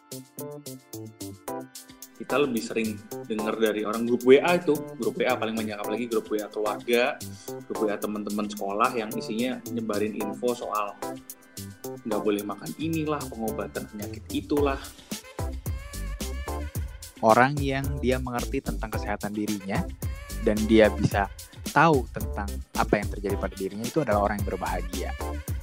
Kita lebih sering dengar dari orang grup WA itu, grup WA paling banyak, apalagi grup WA keluarga, grup WA teman-teman sekolah yang isinya nyebarin info soal nggak boleh makan inilah, pengobatan penyakit itulah. Orang yang dia mengerti tentang kesehatan dirinya dan dia bisa tahu tentang apa yang terjadi pada dirinya itu adalah orang yang berbahagia.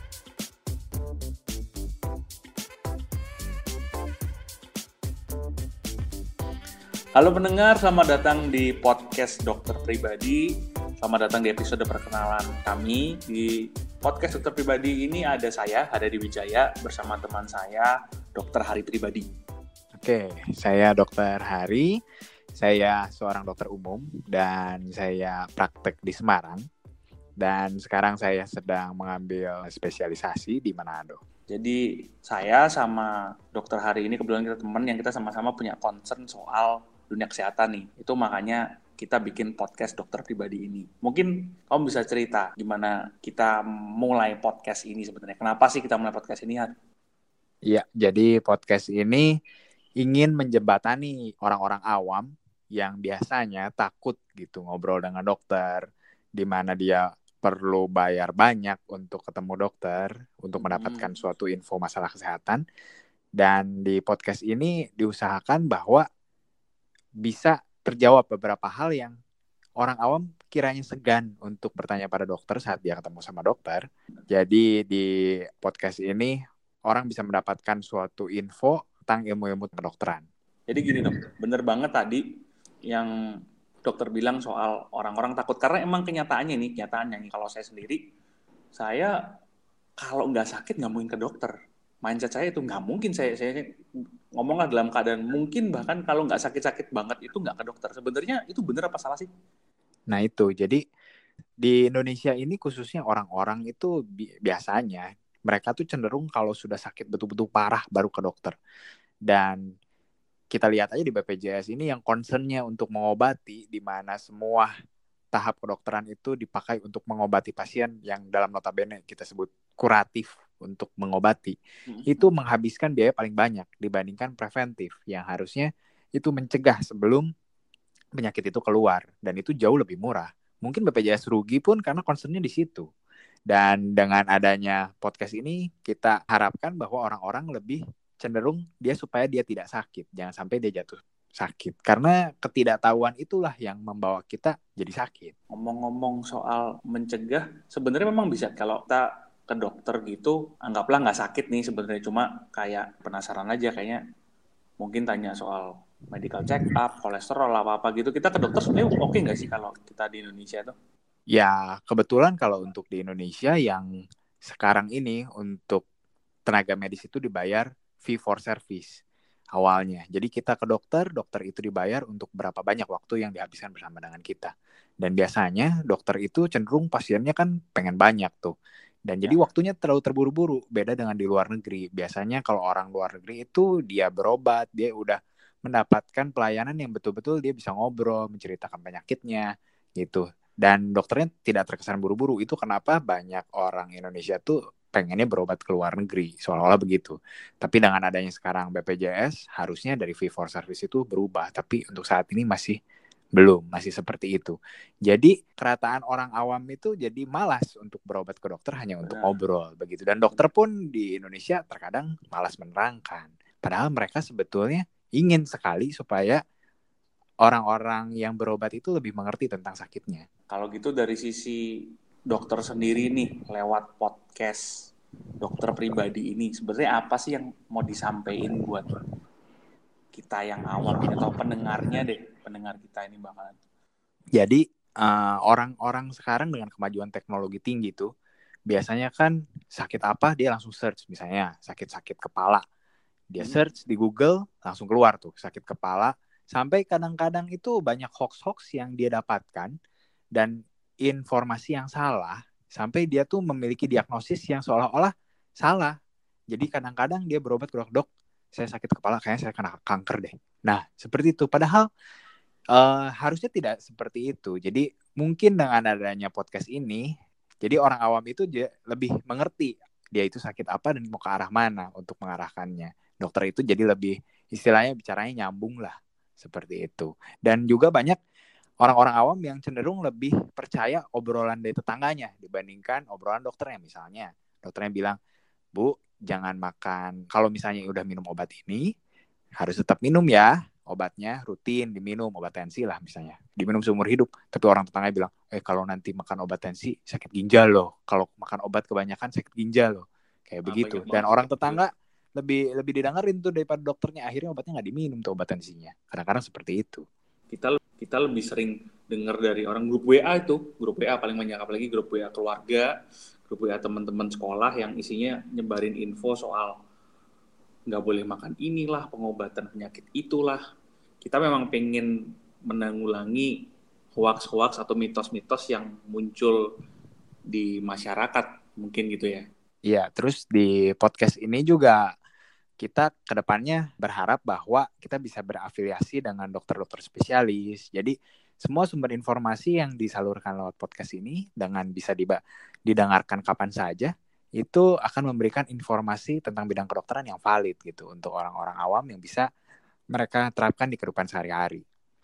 Halo pendengar, selamat datang di podcast Dokter Pribadi. Selamat datang di episode perkenalan kami. Di podcast Dokter Pribadi ini ada saya, Haryadi Wijaya, bersama teman saya, Dokter Hari Pribadi. Oke, saya Dokter Hari. Saya seorang dokter umum dan saya praktek di Semarang. Dan sekarang saya sedang mengambil spesialisasi di Manado. Jadi saya sama Dokter Hari ini kebetulan kita teman yang kita sama-sama punya concern soal dunia kesehatan nih. Itu makanya kita bikin podcast Dokter Pribadi ini. Mungkin kamu bisa cerita gimana kita mulai podcast ini sebenarnya. Kenapa sih kita mulai podcast ini, Har? Iya, jadi podcast ini ingin menjembatani orang-orang awam yang biasanya takut gitu ngobrol dengan dokter, di mana dia perlu bayar banyak untuk ketemu dokter, untuk mendapatkan suatu info masalah kesehatan. Dan di podcast ini diusahakan bahwa bisa terjawab beberapa hal yang orang awam kiranya segan untuk bertanya pada dokter saat dia ketemu sama dokter. Jadi di podcast ini orang bisa mendapatkan suatu info tentang ilmu-ilmu kedokteran. Jadi gini dok, bener banget tadi yang dokter bilang soal orang-orang takut. Karena emang kenyataannya nih kalau saya sendiri, saya kalau nggak sakit nggak mungkin ke dokter. Mindset saya itu nggak mungkin saya ngomonglah dalam keadaan mungkin bahkan kalau nggak sakit-sakit banget itu nggak ke dokter. Sebenarnya itu bener apa salah sih? Nah itu, jadi di Indonesia ini khususnya orang-orang itu biasanya mereka tuh cenderung kalau sudah sakit betul-betul parah baru ke dokter. Dan kita lihat aja di BPJS ini yang concernnya untuk mengobati, di mana semua tahap kedokteran itu dipakai untuk mengobati pasien yang dalam notabene kita sebut kuratif untuk mengobati. Itu menghabiskan biaya paling banyak dibandingkan preventif yang harusnya itu mencegah sebelum penyakit itu keluar. Dan itu jauh lebih murah. Mungkin BPJS rugi pun karena concernnya di situ. Dan dengan adanya podcast ini, kita harapkan bahwa orang-orang lebih cenderung supaya dia tidak sakit. Jangan sampai dia jatuh sakit. Karena ketidaktahuan itulah yang membawa kita jadi sakit. Ngomong-ngomong soal mencegah, sebenarnya memang bisa kalau kita ke dokter gitu, anggaplah nggak sakit nih sebenarnya, cuma kayak penasaran aja kayaknya. Mungkin tanya soal medical check up, kolesterol, apa-apa gitu. Kita ke dokter sebenarnya oke nggak sih kalau kita di Indonesia tuh? Ya, kebetulan kalau untuk di Indonesia yang sekarang ini untuk tenaga medis itu dibayar fee for service awalnya. Jadi kita ke dokter itu dibayar untuk berapa banyak waktu yang dihabiskan bersama dengan kita. Dan biasanya dokter itu cenderung pasiennya kan pengen banyak tuh. Dan jadi waktunya terlalu terburu-buru, beda dengan di luar negeri. Biasanya kalau orang luar negeri itu dia berobat, dia udah mendapatkan pelayanan yang betul-betul dia bisa ngobrol, menceritakan penyakitnya gitu. Dan dokternya tidak terkesan buru-buru. Itu kenapa banyak orang Indonesia tuh pengennya berobat ke luar negeri, seolah-olah begitu. Tapi dengan adanya sekarang BPJS, harusnya dari fee for service itu berubah. Tapi untuk saat ini masih belum, masih seperti itu. Jadi kerataan orang awam itu jadi malas untuk berobat ke dokter hanya untuk ngobrol begitu. Dan dokter pun di Indonesia terkadang malas menerangkan. Padahal mereka sebetulnya ingin sekali supaya orang-orang yang berobat itu lebih mengerti tentang sakitnya. Kalau gitu dari sisi dokter sendiri nih, lewat podcast Dokter Pribadi ini, sebenarnya apa sih yang mau disampaikan buat kita yang awam ini atau pendengarnya deh, pendengar kita ini bakalan? Jadi orang-orang sekarang dengan kemajuan teknologi tinggi tuh, biasanya kan sakit apa dia langsung search, misalnya sakit-sakit kepala. Dia search di Google, langsung keluar tuh sakit kepala. Sampai kadang-kadang itu banyak hoax-hoax yang dia dapatkan dan informasi yang salah sampai dia tuh memiliki diagnosis yang seolah-olah salah. Jadi kadang-kadang dia berobat ke dok, saya sakit kepala, kayaknya saya kena kanker deh. Nah, seperti itu. Padahal harusnya tidak seperti itu. Jadi mungkin dengan adanya podcast ini, jadi orang awam itu lebih mengerti dia itu sakit apa dan mau ke arah mana untuk mengarahkannya. Dokter itu jadi lebih istilahnya bicaranya nyambung lah seperti itu. Dan juga banyak orang-orang awam yang cenderung lebih percaya obrolan dari tetangganya dibandingkan obrolan dokternya. Misalnya dokternya bilang, Bu, jangan makan, kalau misalnya udah minum obat ini harus tetap minum ya obatnya, rutin diminum, obat tensi lah misalnya, diminum seumur hidup. Tapi orang tetangga bilang, kalau nanti makan obat tensi sakit ginjal loh, kalau makan obat kebanyakan sakit ginjal loh, kayak begitu. Dan orang tetangga lebih didengerin tuh daripada dokternya, akhirnya obatnya nggak diminum tuh obat tensinya. Kadang-kadang seperti itu. Kita lebih sering dengar dari orang grup WA itu, grup WA paling banyak, apalagi grup WA keluarga, grup WA teman-teman sekolah yang isinya nyebarin info soal nggak boleh makan inilah, pengobatan penyakit itulah. Kita memang pengen menanggulangi hoax-hoax atau mitos-mitos yang muncul di masyarakat, mungkin gitu ya. Iya, terus di podcast ini juga kita kedepannya berharap bahwa kita bisa berafiliasi dengan dokter-dokter spesialis. Jadi semua sumber informasi yang disalurkan lewat podcast ini dengan bisa didengarkan kapan saja, itu akan memberikan informasi tentang bidang kedokteran yang valid gitu untuk orang-orang awam yang bisa mereka terapkan di kehidupan sehari-hari.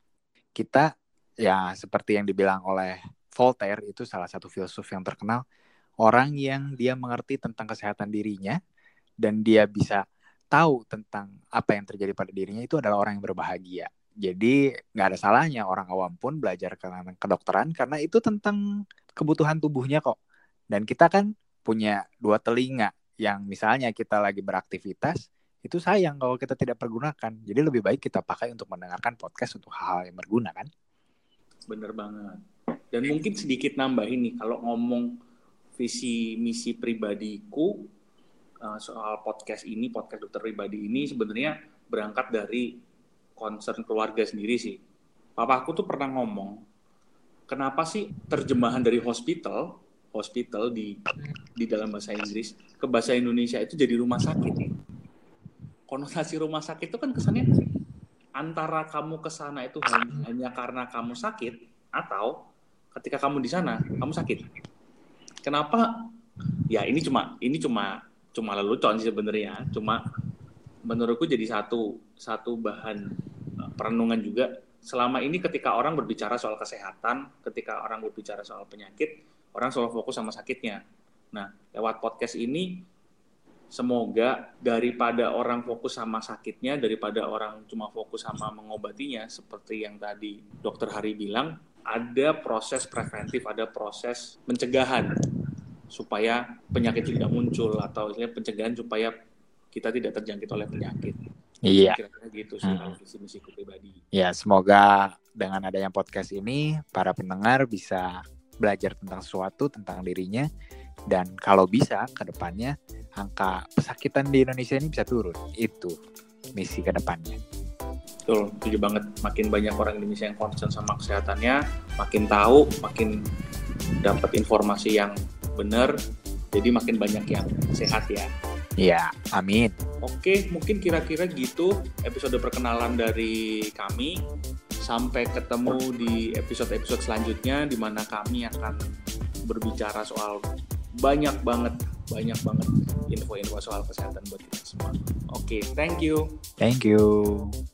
Kita ya seperti yang dibilang oleh Voltaire, itu salah satu filsuf yang terkenal, orang yang dia mengerti tentang kesehatan dirinya dan dia bisa tahu tentang apa yang terjadi pada dirinya, itu adalah orang yang berbahagia. Jadi nggak ada salahnya orang awam pun belajar tentang kedokteran karena itu tentang kebutuhan tubuhnya kok. Dan kita kan punya 2 telinga yang misalnya kita lagi beraktivitas, itu sayang kalau kita tidak pergunakan. Jadi lebih baik kita pakai untuk mendengarkan podcast untuk hal-hal yang berguna kan. Bener banget. Dan mungkin sedikit nambahin nih, kalau ngomong visi misi pribadiku soal podcast dokter pribadi ini sebenarnya berangkat dari concern keluarga sendiri sih. Papaku tuh pernah ngomong, kenapa sih terjemahan dari hospital di dalam bahasa Inggris ke bahasa Indonesia itu jadi rumah sakit. Konotasi rumah sakit itu kan kesannya antara kamu ke sana itu hanya karena kamu sakit atau ketika kamu di sana kamu sakit. Kenapa? Ya ini cuma lelucon sih sebenarnya. Cuma menurutku jadi satu bahan perenungan juga. Selama ini ketika orang berbicara soal kesehatan, ketika orang berbicara soal penyakit, orang selalu fokus sama sakitnya. Nah, lewat podcast ini, semoga daripada orang fokus sama sakitnya, daripada orang cuma fokus sama mengobatinya, seperti yang tadi Dr. Hari bilang, ada proses preventif, ada proses pencegahan, supaya penyakit tidak muncul, atau pencegahan supaya kita tidak terjangkit oleh penyakit. Iya. Kira-kira gitu sih kalau visi misiku pribadi. Ya, semoga dengan adanya podcast ini, para pendengar bisa belajar tentang sesuatu, tentang dirinya, dan kalau bisa ke depannya angka pesakitan di Indonesia ini bisa turun. Itu misi ke depannya. Betul, setuju banget. Makin banyak orang Indonesia yang concern sama kesehatannya, makin tahu, makin dapat informasi yang benar, jadi makin banyak yang sehat ya. Iya, amin. Oke, mungkin kira-kira gitu episode perkenalan dari kami. Sampai ketemu di episode-episode selanjutnya di mana kami akan berbicara soal banyak banget info-info soal kesehatan buat kita semua. Oke, thank you. Thank you.